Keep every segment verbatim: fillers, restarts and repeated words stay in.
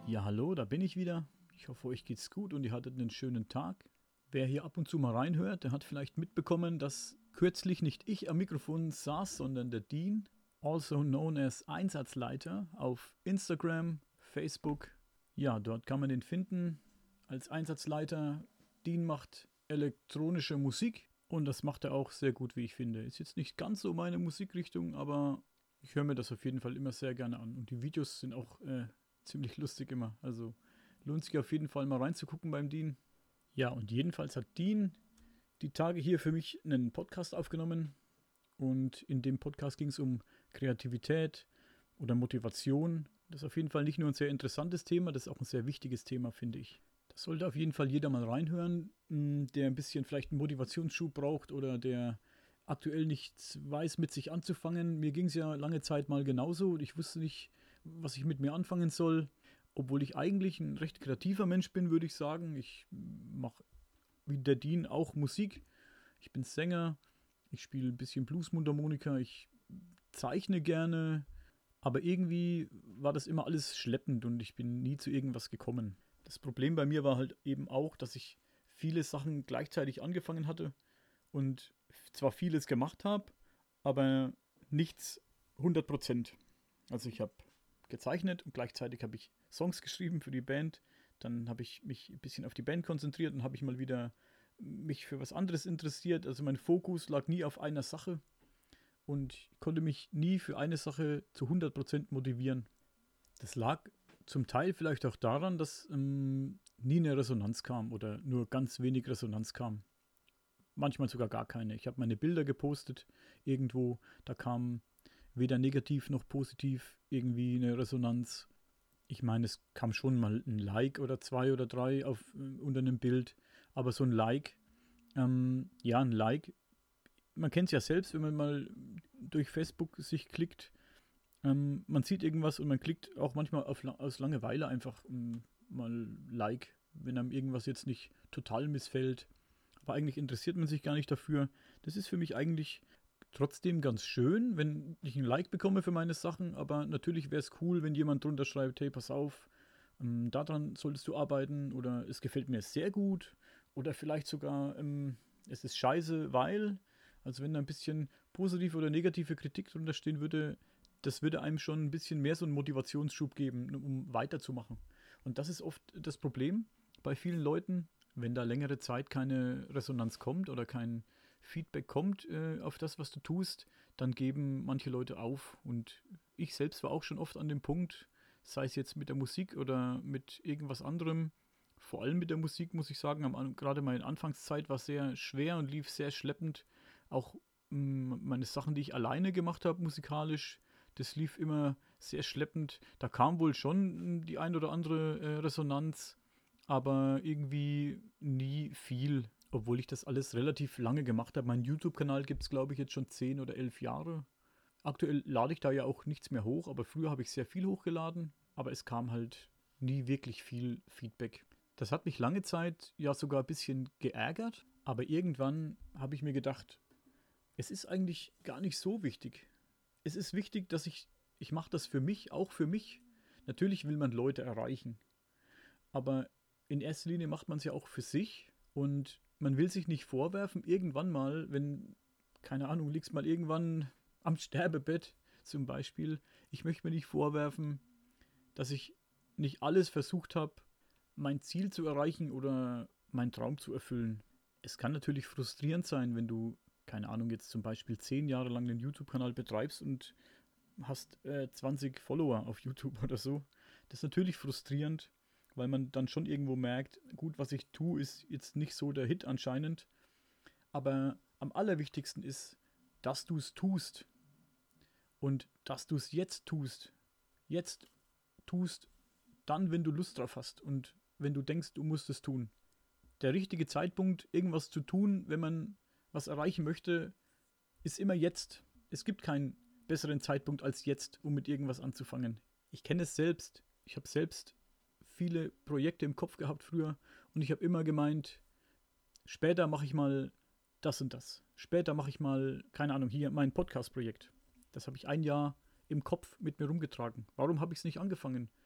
Ja, hallo, da bin ich wieder. Ich hoffe, euch geht's gut und ihr hattet einen schönen Tag. Wer hier ab und zu mal reinhört, der hat vielleicht mitbekommen, dass kürzlich nicht ich am Mikrofon saß, sondern der Dean, also known as Einsatzleiter, auf Instagram, Facebook. Ja, dort kann man den finden als Einsatzleiter. Dean macht elektronische Musik und das macht er auch sehr gut, wie ich finde. Ist jetzt nicht ganz so meine Musikrichtung, aber ich höre mir das auf jeden Fall immer sehr gerne an. Und die Videos sind auch äh, ziemlich lustig immer. Also lohnt sich auf jeden Fall mal reinzugucken beim Dean. Ja, und jedenfalls hat Dean die Tage hier für mich einen Podcast aufgenommen. Und in dem Podcast ging es um Kreativität oder Motivation. Das ist auf jeden Fall nicht nur ein sehr interessantes Thema, das ist auch ein sehr wichtiges Thema, finde ich. Das sollte auf jeden Fall jeder mal reinhören, der ein bisschen vielleicht einen Motivationsschub braucht oder der aktuell nichts weiß, mit sich anzufangen. Mir ging es ja lange Zeit mal genauso. Ich wusste nicht, was ich mit mir anfangen soll. Obwohl ich eigentlich ein recht kreativer Mensch bin, würde ich sagen. Ich mache wie der Dean auch Musik. Ich bin Sänger. Ich spiele ein bisschen Bluesmundharmonika. Ich zeichne gerne. Aber irgendwie war das immer alles schleppend und ich bin nie zu irgendwas gekommen. Das Problem bei mir war halt eben auch, dass ich viele Sachen gleichzeitig angefangen hatte und zwar vieles gemacht habe, aber nichts hundert Prozent. Also ich habe gezeichnet und gleichzeitig habe ich Songs geschrieben für die Band. Dann habe ich mich ein bisschen auf die Band konzentriert und habe ich mal wieder mich für was anderes interessiert. Also mein Fokus lag nie auf einer Sache und ich konnte mich nie für eine Sache zu hundert Prozent motivieren. Das lag zum Teil vielleicht auch daran, dass ähm, nie eine Resonanz kam oder nur ganz wenig Resonanz kam. Manchmal sogar gar keine. Ich habe meine Bilder gepostet irgendwo, da kam weder negativ noch positiv irgendwie eine Resonanz. Ich meine, es kam schon mal ein Like oder zwei oder drei auf, äh, unter einem Bild, aber so ein Like, ähm, ja, ein Like, man kennt es ja selbst, wenn man mal durch Facebook sich klickt, ähm, man sieht irgendwas und man klickt auch manchmal auf, aus Langeweile einfach ähm, mal Like, wenn einem irgendwas jetzt nicht total missfällt. Aber eigentlich interessiert man sich gar nicht dafür. Das ist für mich eigentlich trotzdem ganz schön, wenn ich ein Like bekomme für meine Sachen, aber natürlich wäre es cool, wenn jemand drunter schreibt, hey, pass auf, ähm, daran solltest du arbeiten oder es gefällt mir sehr gut oder vielleicht sogar, ähm, es ist scheiße, weil, also wenn da ein bisschen positive oder negative Kritik drunter stehen würde, das würde einem schon ein bisschen mehr so einen Motivationsschub geben, um weiterzumachen. Und das ist oft das Problem bei vielen Leuten, wenn da längere Zeit keine Resonanz kommt oder kein Feedback kommt äh, auf das, was du tust, dann geben manche Leute auf. Und ich selbst war auch schon oft an dem Punkt, sei es jetzt mit der Musik oder mit irgendwas anderem, vor allem mit der Musik, muss ich sagen, am, gerade meine Anfangszeit war sehr schwer und lief sehr schleppend. Auch mh, meine Sachen, die ich alleine gemacht habe, musikalisch, das lief immer sehr schleppend. Da kam wohl schon die ein oder andere äh, Resonanz, aber irgendwie nie viel, obwohl ich das alles relativ lange gemacht habe. Mein YouTube-Kanal gibt es, glaube ich, jetzt schon zehn oder elf Jahre. Aktuell lade ich da ja auch nichts mehr hoch, aber früher habe ich sehr viel hochgeladen, aber es kam halt nie wirklich viel Feedback. Das hat mich lange Zeit ja sogar ein bisschen geärgert, aber irgendwann habe ich mir gedacht, es ist eigentlich gar nicht so wichtig. Es ist wichtig, dass ich, ich mache das für mich, auch für mich. Natürlich will man Leute erreichen, aber in erster Linie macht man es ja auch für sich und man will sich nicht vorwerfen, irgendwann mal, wenn, keine Ahnung, liegst mal irgendwann am Sterbebett zum Beispiel, ich möchte mir nicht vorwerfen, dass ich nicht alles versucht habe, mein Ziel zu erreichen oder meinen Traum zu erfüllen. Es kann natürlich frustrierend sein, wenn du, keine Ahnung, jetzt zum Beispiel zehn Jahre lang den YouTube-Kanal betreibst und hast äh, zwanzig Follower auf YouTube oder so. Das ist natürlich frustrierend, weil man dann schon irgendwo merkt, gut, was ich tue, ist jetzt nicht so der Hit anscheinend. Aber am allerwichtigsten ist, dass du es tust. Und dass du es jetzt tust. Jetzt tust, dann, wenn du Lust drauf hast und wenn du denkst, du musst es tun. Der richtige Zeitpunkt, irgendwas zu tun, wenn man was erreichen möchte, ist immer jetzt. Es gibt keinen besseren Zeitpunkt als jetzt, um mit irgendwas anzufangen. Ich kenne es selbst. Ich habe selbst viele Projekte im Kopf gehabt früher und ich habe immer gemeint, später mache ich mal das und das. Später mache ich mal, keine Ahnung, hier mein Podcast-Projekt. Das habe ich ein Jahr im Kopf mit mir rumgetragen. Warum habe ich es nicht angefangen?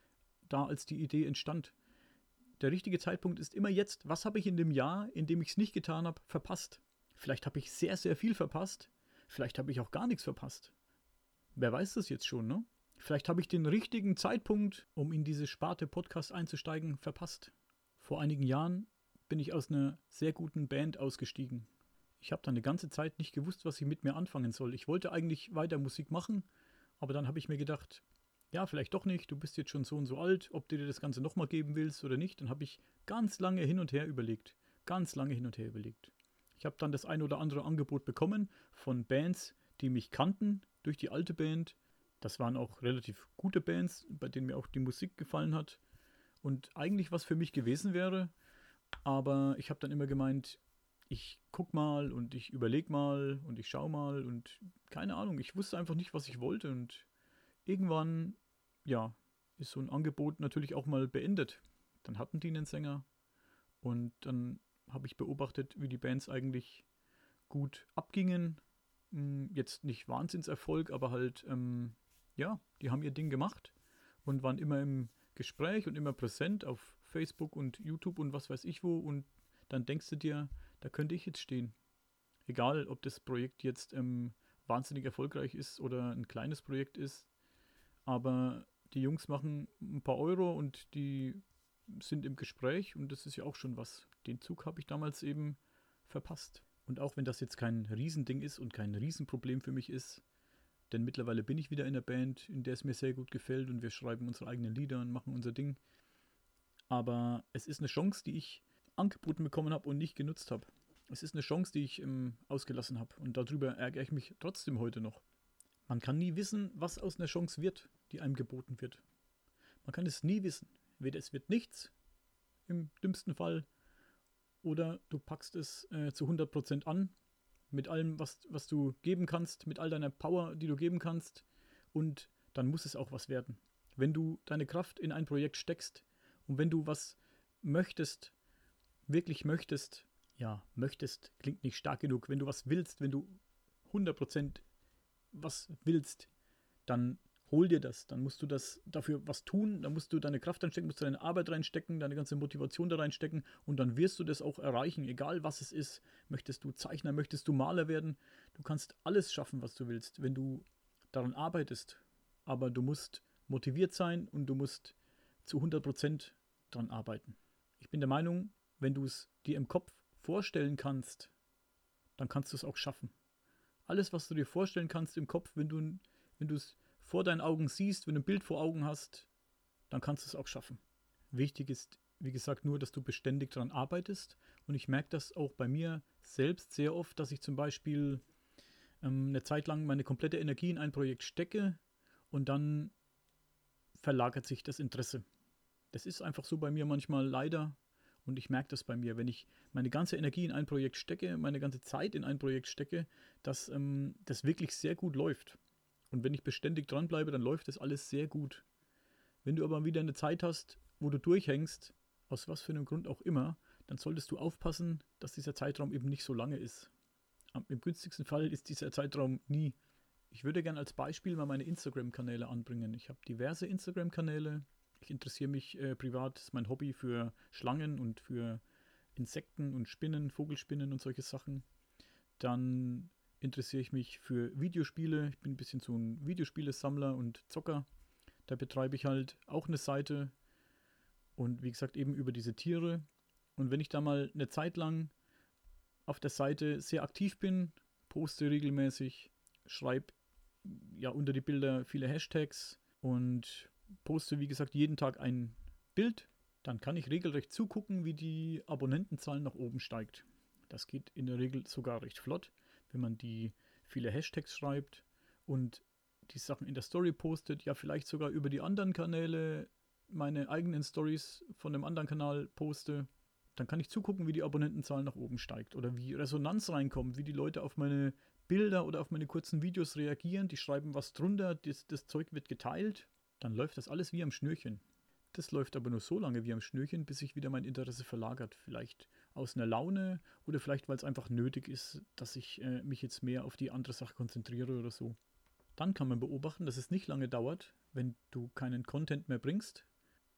da, als die Idee entstand. Der richtige Zeitpunkt ist immer jetzt. Was habe ich in dem Jahr, in dem ich es nicht getan habe, verpasst? Vielleicht habe ich sehr, sehr viel verpasst. Vielleicht habe ich auch gar nichts verpasst. Wer weiß das jetzt schon, ne? Vielleicht habe ich den richtigen Zeitpunkt, um in diese Sparte Podcast einzusteigen, verpasst. Vor einigen Jahren bin ich aus einer sehr guten Band ausgestiegen. Ich habe dann eine ganze Zeit nicht gewusst, was ich mit mir anfangen soll. Ich wollte eigentlich weiter Musik machen, aber dann habe ich mir gedacht, ja, vielleicht doch nicht, du bist jetzt schon so und so alt, ob du dir das Ganze nochmal geben willst oder nicht. Dann habe ich ganz lange hin und her überlegt. Ganz lange hin und her überlegt. Ich habe dann das ein oder andere Angebot bekommen von Bands, die mich kannten durch die alte Band. Das waren auch relativ gute Bands, bei denen mir auch die Musik gefallen hat und eigentlich was für mich gewesen wäre. Aber ich habe dann immer gemeint, ich guck mal und ich überleg mal und ich schau mal und keine Ahnung, ich wusste einfach nicht, was ich wollte und irgendwann, ja, ist so ein Angebot natürlich auch mal beendet. Dann hatten die einen Sänger und dann habe ich beobachtet, wie die Bands eigentlich gut abgingen. Jetzt nicht Wahnsinnserfolg, aber halt, ähm, ja, die haben ihr Ding gemacht und waren immer im Gespräch und immer präsent auf Facebook und YouTube und was weiß ich wo. Und dann denkst du dir, da könnte ich jetzt stehen. Egal, ob das Projekt jetzt ähm, wahnsinnig erfolgreich ist oder ein kleines Projekt ist. Aber die Jungs machen ein paar Euro und die sind im Gespräch und das ist ja auch schon was. Den Zug habe ich damals eben verpasst. Und auch wenn das jetzt kein Riesending ist und kein Riesenproblem für mich ist, denn mittlerweile bin ich wieder in der Band, in der es mir sehr gut gefällt und wir schreiben unsere eigenen Lieder und machen unser Ding. Aber es ist eine Chance, die ich angeboten bekommen habe und nicht genutzt habe. Es ist eine Chance, die ich ähm, ausgelassen habe und darüber ärgere ich mich trotzdem heute noch. Man kann nie wissen, was aus einer Chance wird, die einem geboten wird. Man kann es nie wissen. Weder es wird nichts, im dümmsten Fall, oder du packst es äh, zu hundert Prozent an, mit allem, was, was du geben kannst, mit all deiner Power, die du geben kannst, und dann muss es auch was werden. Wenn du deine Kraft in ein Projekt steckst und wenn du was möchtest, wirklich möchtest, ja, möchtest, klingt nicht stark genug, wenn du was willst, wenn du hundert Prozent was willst, dann hol dir das, dann musst du das dafür was tun, dann musst du deine Kraft reinstecken, musst du deine Arbeit reinstecken, deine ganze Motivation da reinstecken und dann wirst du das auch erreichen, egal was es ist. Möchtest du Zeichner, möchtest du Maler werden, du kannst alles schaffen, was du willst, wenn du daran arbeitest, aber du musst motiviert sein und du musst zu hundert Prozent daran arbeiten. Ich bin der Meinung, wenn du es dir im Kopf vorstellen kannst, dann kannst du es auch schaffen. Alles, was du dir vorstellen kannst im Kopf, wenn du, wenn du es vor deinen Augen siehst, wenn du ein Bild vor Augen hast, dann kannst du es auch schaffen. Wichtig ist, wie gesagt, nur, dass du beständig daran arbeitest. Und ich merke das auch bei mir selbst sehr oft, dass ich zum Beispiel ähm, eine Zeit lang meine komplette Energie in ein Projekt stecke und dann verlagert sich das Interesse. Das ist einfach so bei mir manchmal leider. Und ich merke das bei mir, wenn ich meine ganze Energie in ein Projekt stecke, meine ganze Zeit in ein Projekt stecke, dass ähm, das wirklich sehr gut läuft. Und wenn ich beständig dranbleibe, dann läuft das alles sehr gut. Wenn du aber wieder eine Zeit hast, wo du durchhängst, aus was für einem Grund auch immer, dann solltest du aufpassen, dass dieser Zeitraum eben nicht so lange ist. Im günstigsten Fall ist dieser Zeitraum nie. Ich würde gerne als Beispiel mal meine Instagram-Kanäle anbringen. Ich habe diverse Instagram-Kanäle. Ich interessiere mich äh, privat, das ist mein Hobby, für Schlangen und für Insekten und Spinnen, Vogelspinnen und solche Sachen. Dann interessiere ich mich für Videospiele. Ich bin ein bisschen so ein Videospielesammler und Zocker. Da betreibe ich halt auch eine Seite und wie gesagt eben über diese Tiere. Und wenn ich da mal eine Zeit lang auf der Seite sehr aktiv bin, poste regelmäßig, schreibe ja unter die Bilder viele Hashtags und poste wie gesagt jeden Tag ein Bild, dann kann ich regelrecht zugucken, wie die Abonnentenzahl nach oben steigt. Das geht in der Regel sogar recht flott, wenn man die viele Hashtags schreibt und die Sachen in der Story postet, ja vielleicht sogar über die anderen Kanäle meine eigenen Stories von einem anderen Kanal poste, dann kann ich zugucken, wie die Abonnentenzahl nach oben steigt oder wie Resonanz reinkommt, wie die Leute auf meine Bilder oder auf meine kurzen Videos reagieren, die schreiben was drunter, das, das Zeug wird geteilt, dann läuft das alles wie am Schnürchen. Das läuft aber nur so lange wie am Schnürchen, bis sich wieder mein Interesse verlagert. Vielleicht aus einer Laune oder vielleicht, weil es einfach nötig ist, dass ich äh, mich jetzt mehr auf die andere Sache konzentriere oder so. Dann kann man beobachten, dass es nicht lange dauert, wenn du keinen Content mehr bringst,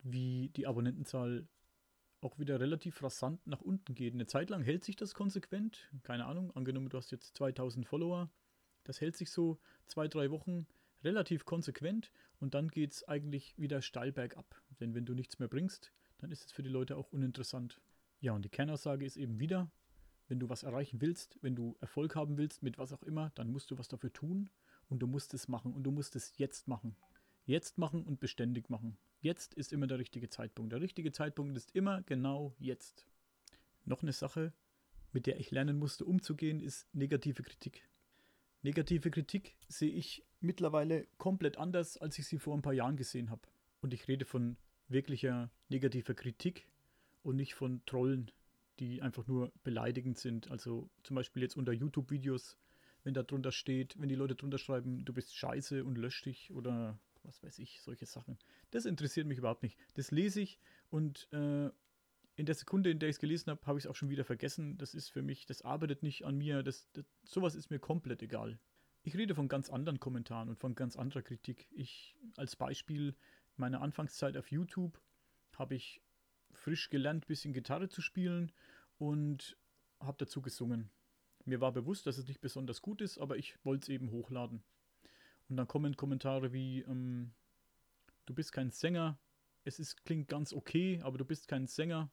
wie die Abonnentenzahl auch wieder relativ rasant nach unten geht. Eine Zeit lang hält sich das konsequent. Keine Ahnung, angenommen, du hast jetzt zweitausend Follower. Das hält sich so zwei, drei Wochen relativ konsequent und dann geht es eigentlich wieder steil bergab. Denn wenn du nichts mehr bringst, dann ist es für die Leute auch uninteressant. Ja, und die Kernaussage ist eben wieder, wenn du was erreichen willst, wenn du Erfolg haben willst, mit was auch immer, dann musst du was dafür tun und du musst es machen und du musst es jetzt machen. Jetzt machen und beständig machen. Jetzt ist immer der richtige Zeitpunkt. Der richtige Zeitpunkt ist immer genau jetzt. Noch eine Sache, mit der ich lernen musste umzugehen, ist negative Kritik. Negative Kritik sehe ich mittlerweile komplett anders, als ich sie vor ein paar Jahren gesehen habe. Und ich rede von wirklicher negativer Kritik und nicht von Trollen, die einfach nur beleidigend sind. Also zum Beispiel jetzt unter YouTube-Videos, wenn da drunter steht, wenn die Leute drunter schreiben, du bist scheiße und lösch dich oder was weiß ich, solche Sachen. Das interessiert mich überhaupt nicht. Das lese ich und äh, in der Sekunde, in der ich es gelesen habe, habe ich es auch schon wieder vergessen. Das ist für mich, das arbeitet nicht an mir. Das, das, sowas ist mir komplett egal. Ich rede von ganz anderen Kommentaren und von ganz anderer Kritik. Ich, als Beispiel, meine Anfangszeit auf YouTube habe ich frisch gelernt, ein bisschen Gitarre zu spielen und habe dazu gesungen. Mir war bewusst, dass es nicht besonders gut ist, aber ich wollte es eben hochladen. Und dann kommen Kommentare wie, ähm, du bist kein Sänger, es ist, klingt ganz okay, aber du bist kein Sänger.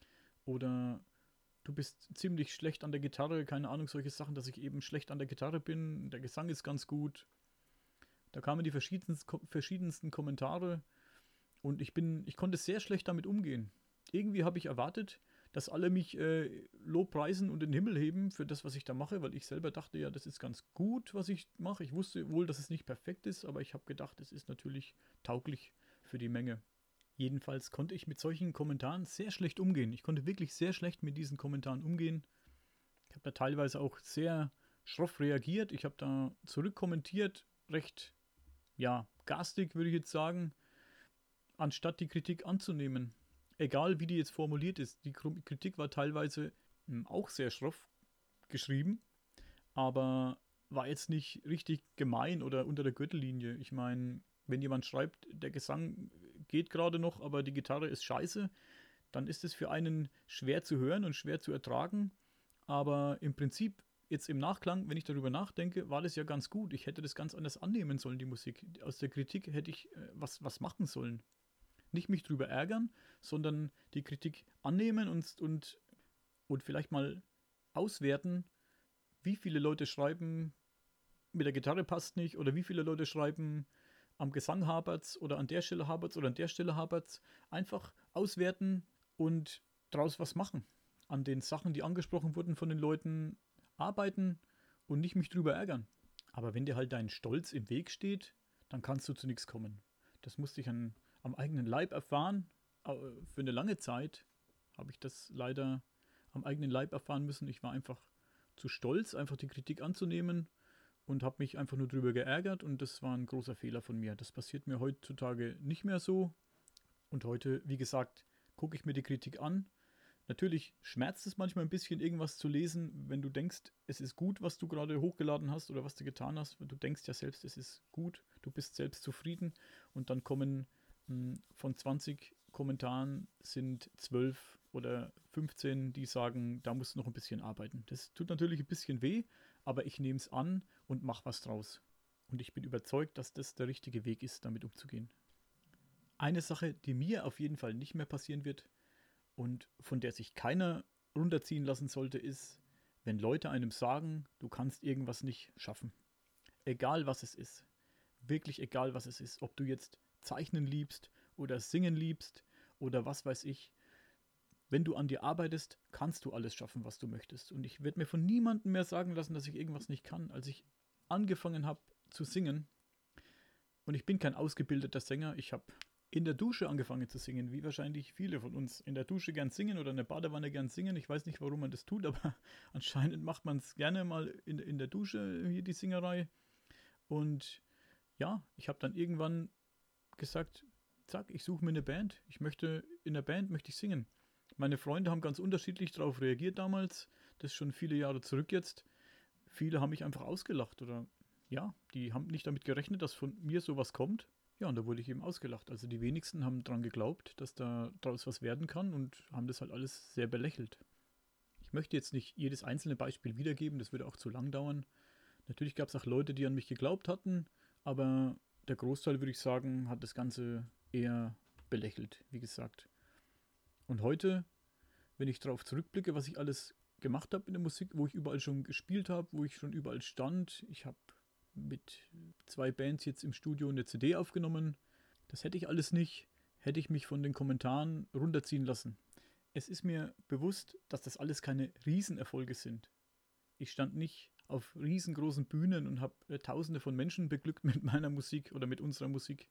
Oder du bist ziemlich schlecht an der Gitarre, keine Ahnung, solche Sachen, dass ich eben schlecht an der Gitarre bin, der Gesang ist ganz gut. Da kamen die verschiedensten, verschiedensten Kommentare und ich bin, ich konnte sehr schlecht damit umgehen. Irgendwie habe ich erwartet, dass alle mich äh, lobpreisen und in den Himmel heben für das, was ich da mache, weil ich selber dachte, ja, das ist ganz gut, was ich mache. Ich wusste wohl, dass es nicht perfekt ist, aber ich habe gedacht, es ist natürlich tauglich für die Menge. Jedenfalls konnte ich mit solchen Kommentaren sehr schlecht umgehen. Ich konnte wirklich sehr schlecht mit diesen Kommentaren umgehen. Ich habe da teilweise auch sehr schroff reagiert. Ich habe da zurückkommentiert, recht, ja, garstig würde ich jetzt sagen, anstatt die Kritik anzunehmen. Egal wie die jetzt formuliert ist. Die Kritik war teilweise mh, auch sehr schroff geschrieben, aber war jetzt nicht richtig gemein oder unter der Gürtellinie. Ich meine, wenn jemand schreibt, der Gesang geht gerade noch, aber die Gitarre ist scheiße, dann ist es für einen schwer zu hören und schwer zu ertragen. Aber im Prinzip, jetzt im Nachklang, wenn ich darüber nachdenke, war das ja ganz gut. Ich hätte das ganz anders annehmen sollen, die Musik. Aus der Kritik hätte ich äh, was, was machen sollen. Nicht mich drüber ärgern, sondern die Kritik annehmen und, und, und vielleicht mal auswerten, wie viele Leute schreiben, mit der Gitarre passt nicht, oder wie viele Leute schreiben, am Gesang hapert's oder an der Stelle hapert's oder an der Stelle hapert's. Einfach auswerten und daraus was machen. An den Sachen, die angesprochen wurden von den Leuten, arbeiten und nicht mich drüber ärgern. Aber wenn dir halt dein Stolz im Weg steht, dann kannst du zu nichts kommen. Das musste ich an am eigenen Leib erfahren. Für eine lange Zeit habe ich das leider am eigenen Leib erfahren müssen. Ich war einfach zu stolz, einfach die Kritik anzunehmen und habe mich einfach nur drüber geärgert und das war ein großer Fehler von mir. Das passiert mir heutzutage nicht mehr so und heute, wie gesagt, gucke ich mir die Kritik an. Natürlich schmerzt es manchmal ein bisschen, irgendwas zu lesen, wenn du denkst, es ist gut, was du gerade hochgeladen hast oder was du getan hast. Du denkst ja selbst, es ist gut, du bist selbst zufrieden und dann kommen von zwanzig Kommentaren sind zwölf oder fünfzehn, die sagen, da musst du noch ein bisschen arbeiten. Das tut natürlich ein bisschen weh, aber ich nehme es an und mache was draus. Und ich bin überzeugt, dass das der richtige Weg ist, damit umzugehen. Eine Sache, die mir auf jeden Fall nicht mehr passieren wird und von der sich keiner runterziehen lassen sollte, ist, wenn Leute einem sagen, du kannst irgendwas nicht schaffen. Egal was es ist. Wirklich egal was es ist. Ob du jetzt Zeichnen liebst oder Singen liebst oder was weiß ich. Wenn du an dir arbeitest, kannst du alles schaffen, was du möchtest. Und ich werde mir von niemandem mehr sagen lassen, dass ich irgendwas nicht kann. Als ich angefangen habe zu singen, und ich bin kein ausgebildeter Sänger, ich habe in der Dusche angefangen zu singen, wie wahrscheinlich viele von uns in der Dusche gern singen oder in der Badewanne gern singen. Ich weiß nicht, warum man das tut, aber anscheinend macht man es gerne mal in, in der Dusche, hier die Singerei. Und ja, ich habe dann irgendwann gesagt, zack, ich suche mir eine Band. Ich möchte, in der Band möchte ich singen. Meine Freunde haben ganz unterschiedlich darauf reagiert damals. Das ist schon viele Jahre zurück jetzt. Viele haben mich einfach ausgelacht oder ja, die haben nicht damit gerechnet, dass von mir sowas kommt. Ja, und da wurde ich eben ausgelacht. Also die wenigsten haben dran geglaubt, dass da draus was werden kann und haben das halt alles sehr belächelt. Ich möchte jetzt nicht jedes einzelne Beispiel wiedergeben, das würde auch zu lang dauern. Natürlich gab es auch Leute, die an mich geglaubt hatten, aber der Großteil, würde ich sagen, hat das Ganze eher belächelt, wie gesagt. Und heute, wenn ich darauf zurückblicke, was ich alles gemacht habe in der Musik, wo ich überall schon gespielt habe, wo ich schon überall stand, ich habe mit zwei Bands jetzt im Studio eine C D aufgenommen. Das hätte ich alles nicht, hätte ich mich von den Kommentaren runterziehen lassen. Es ist mir bewusst, dass das alles keine Riesenerfolge sind. Ich stand nicht auf riesengroßen Bühnen und habe äh, tausende von Menschen beglückt mit meiner Musik oder mit unserer Musik.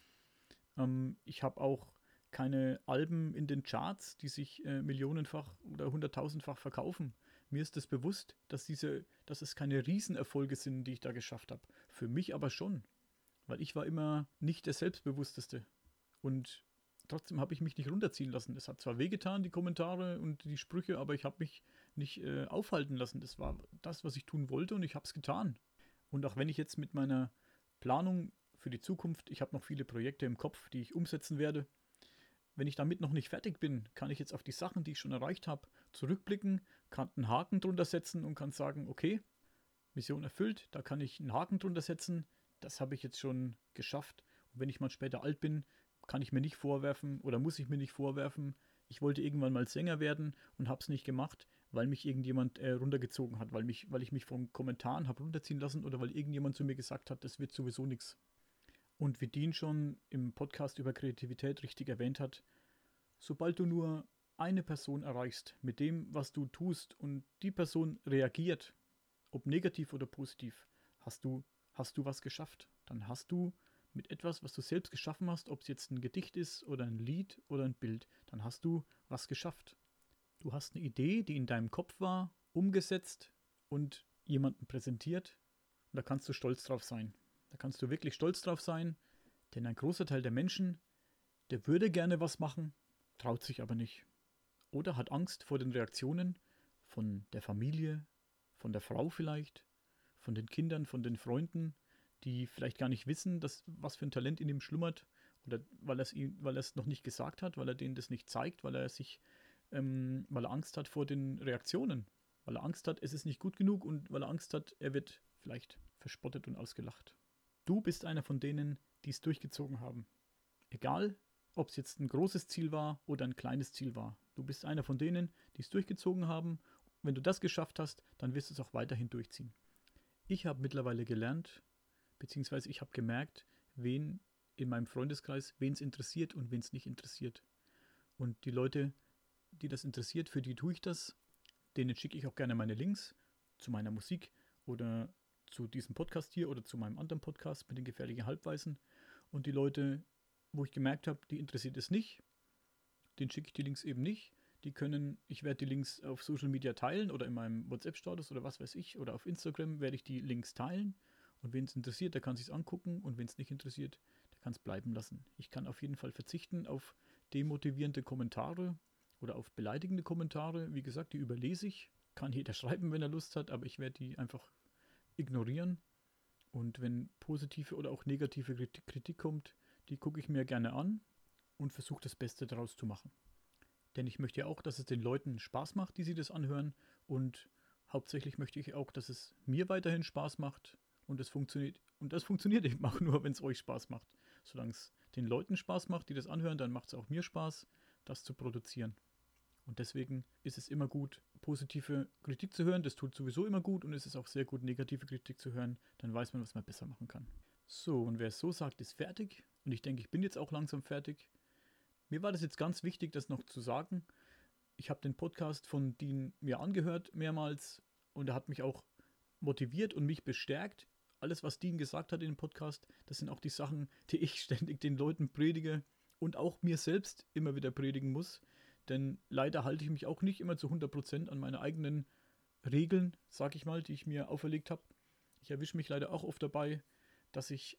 Ähm, ich habe auch keine Alben in den Charts, die sich äh, millionenfach oder hunderttausendfach verkaufen. Mir ist es bewusst, dass, diese, dass es keine Riesenerfolge sind, die ich da geschafft habe. Für mich aber schon, weil ich war immer nicht der Selbstbewussteste. Und trotzdem habe ich mich nicht runterziehen lassen. Es hat zwar wehgetan, die Kommentare und die Sprüche, aber ich habe mich nicht äh, aufhalten lassen. Das war das, was ich tun wollte und ich habe es getan. Und auch wenn ich jetzt mit meiner Planung für die Zukunft, ich habe noch viele Projekte im Kopf, die ich umsetzen werde, wenn ich damit noch nicht fertig bin, kann ich jetzt auf die Sachen, die ich schon erreicht habe, zurückblicken, kann einen Haken drunter setzen und kann sagen, okay, Mission erfüllt, da kann ich einen Haken drunter setzen, das habe ich jetzt schon geschafft. Und wenn ich mal später alt bin, kann ich mir nicht vorwerfen oder muss ich mir nicht vorwerfen, ich wollte irgendwann mal Sänger werden und habe es nicht gemacht, weil mich irgendjemand äh, runtergezogen hat, weil, mich, weil ich mich von Kommentaren habe runterziehen lassen oder weil irgendjemand zu mir gesagt hat, das wird sowieso nichts. Und wie Dean schon im Podcast über Kreativität richtig erwähnt hat, sobald du nur eine Person erreichst mit dem, was du tust und die Person reagiert, ob negativ oder positiv, hast du, hast du was geschafft. Dann hast du mit etwas, was du selbst geschaffen hast, ob es jetzt ein Gedicht ist oder ein Lied oder ein Bild, dann hast du was geschafft. Du hast eine Idee, die in deinem Kopf war, umgesetzt und jemandem präsentiert und da kannst du stolz drauf sein. Da kannst du wirklich stolz drauf sein, denn ein großer Teil der Menschen, der würde gerne was machen, traut sich aber nicht. Oder hat Angst vor den Reaktionen von der Familie, von der Frau vielleicht, von den Kindern, von den Freunden, die vielleicht gar nicht wissen, dass, was für ein Talent in ihm schlummert, oder weil, weil er es noch nicht gesagt hat, weil er denen das nicht zeigt, weil er sich, ähm, weil er Angst hat vor den Reaktionen, weil er Angst hat, es ist nicht gut genug und weil er Angst hat, er wird vielleicht verspottet und ausgelacht. Du bist einer von denen, die es durchgezogen haben. Egal, ob es jetzt ein großes Ziel war oder ein kleines Ziel war. Du bist einer von denen, die es durchgezogen haben. Wenn du das geschafft hast, dann wirst du es auch weiterhin durchziehen. Ich habe mittlerweile gelernt, beziehungsweise ich habe gemerkt, wen in meinem Freundeskreis, wen es interessiert und wen es nicht interessiert. Und die Leute, die das interessiert, für die tue ich das. Denen schicke ich auch gerne meine Links zu meiner Musik oder zu diesem Podcast hier oder zu meinem anderen Podcast mit den gefährlichen Halbweisen. Und die Leute, wo ich gemerkt habe, die interessiert es nicht, denen schicke ich die Links eben nicht. Die können, ich werde die Links auf Social Media teilen oder in meinem WhatsApp-Status oder was weiß ich oder auf Instagram werde ich die Links teilen. Und wen es interessiert, der kann es sich angucken und wen es nicht interessiert, der kann es bleiben lassen. Ich kann auf jeden Fall verzichten auf demotivierende Kommentare oder auf beleidigende Kommentare. Wie gesagt, die überlese ich. Kann jeder schreiben, wenn er Lust hat, aber ich werde die einfach ignorieren. Und wenn positive oder auch negative Kritik kommt, die gucke ich mir gerne an und versuche das Beste daraus zu machen. Denn ich möchte ja auch, dass es den Leuten Spaß macht, die sie das anhören. Und hauptsächlich möchte ich auch, dass es mir weiterhin Spaß macht. Und das funktioniert, und das funktioniert eben auch nur, wenn es euch Spaß macht. Solange es den Leuten Spaß macht, die das anhören, dann macht es auch mir Spaß, das zu produzieren. Und deswegen ist es immer gut, positive Kritik zu hören. Das tut sowieso immer gut und es ist auch sehr gut, negative Kritik zu hören. Dann weiß man, was man besser machen kann. So, und wer es so sagt, ist fertig. Und ich denke, ich bin jetzt auch langsam fertig. Mir war das jetzt ganz wichtig, das noch zu sagen. Ich habe den Podcast von Dean mir angehört mehrmals und er hat mich auch motiviert und mich bestärkt. Alles, was Dean gesagt hat in dem Podcast, das sind auch die Sachen, die ich ständig den Leuten predige und auch mir selbst immer wieder predigen muss. Denn leider halte ich mich auch nicht immer zu hundert Prozent an meine eigenen Regeln, sag ich mal, die ich mir auferlegt habe. Ich erwische mich leider auch oft dabei, dass ich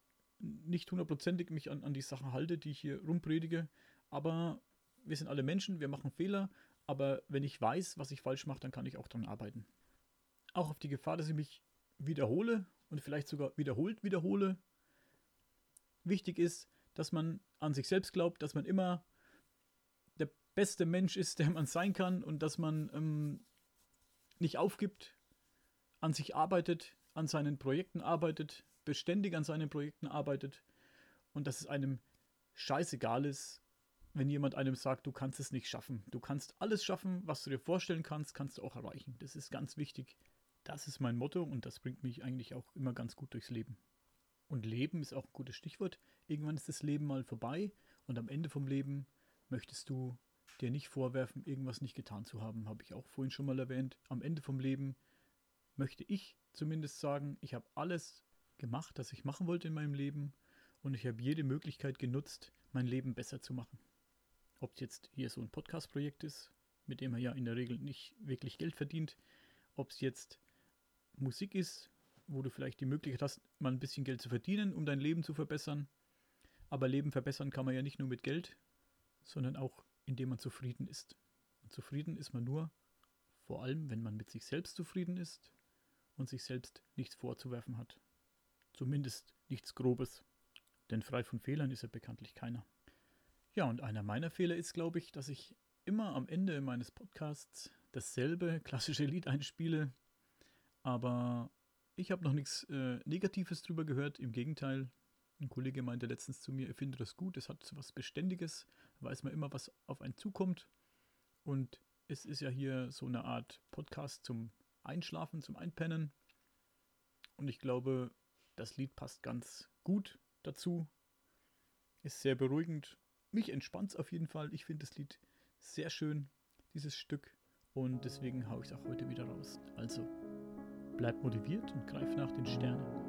nicht hundertprozentig mich an, an die Sachen halte, die ich hier rumpredige. Aber wir sind alle Menschen, wir machen Fehler. Aber wenn ich weiß, was ich falsch mache, dann kann ich auch daran arbeiten. Auch auf die Gefahr, dass ich mich wiederhole und vielleicht sogar wiederholt wiederhole. wichtig ist, dass man an sich selbst glaubt, dass man immer der beste Mensch ist, der man sein kann und dass man ähm, nicht aufgibt, an sich arbeitet, an seinen Projekten arbeitet, beständig an seinen Projekten arbeitet und dass es einem scheißegal ist, wenn jemand einem sagt, du kannst es nicht schaffen. Du kannst alles schaffen, was du dir vorstellen kannst, kannst du auch erreichen. Das ist ganz wichtig. Das ist mein Motto und das bringt mich eigentlich auch immer ganz gut durchs Leben. Und Leben ist auch ein gutes Stichwort. Irgendwann ist das Leben mal vorbei und am Ende vom Leben möchtest du dir nicht vorwerfen, irgendwas nicht getan zu haben. Habe ich auch vorhin schon mal erwähnt. Am Ende vom Leben möchte ich zumindest sagen, ich habe alles gemacht, das ich machen wollte in meinem Leben und ich habe jede Möglichkeit genutzt, mein Leben besser zu machen. Ob es jetzt hier so ein Podcast-Projekt ist, mit dem man ja in der Regel nicht wirklich Geld verdient, ob es jetzt Musik ist, wo du vielleicht die Möglichkeit hast, mal ein bisschen Geld zu verdienen, um dein Leben zu verbessern. Aber Leben verbessern kann man ja nicht nur mit Geld, sondern auch, indem man zufrieden ist. Und zufrieden ist man nur, vor allem, wenn man mit sich selbst zufrieden ist und sich selbst nichts vorzuwerfen hat. Zumindest nichts Grobes. Denn frei von Fehlern ist ja bekanntlich keiner. Ja, und einer meiner Fehler ist, glaube ich, dass ich immer am Ende meines Podcasts dasselbe klassische Lied einspiele. Aber ich habe noch nichts äh, Negatives drüber gehört. Im Gegenteil, ein Kollege meinte letztens zu mir, er findet das gut, es hat so was Beständiges, weiß man immer, was auf einen zukommt. Und es ist ja hier so eine Art Podcast zum Einschlafen, zum Einpennen. Und ich glaube, das Lied passt ganz gut dazu. Ist sehr beruhigend. Mich entspannt es auf jeden Fall. Ich finde das Lied sehr schön, dieses Stück. Und deswegen haue ich es auch heute wieder raus. Also, bleib motiviert und greif nach den Sternen.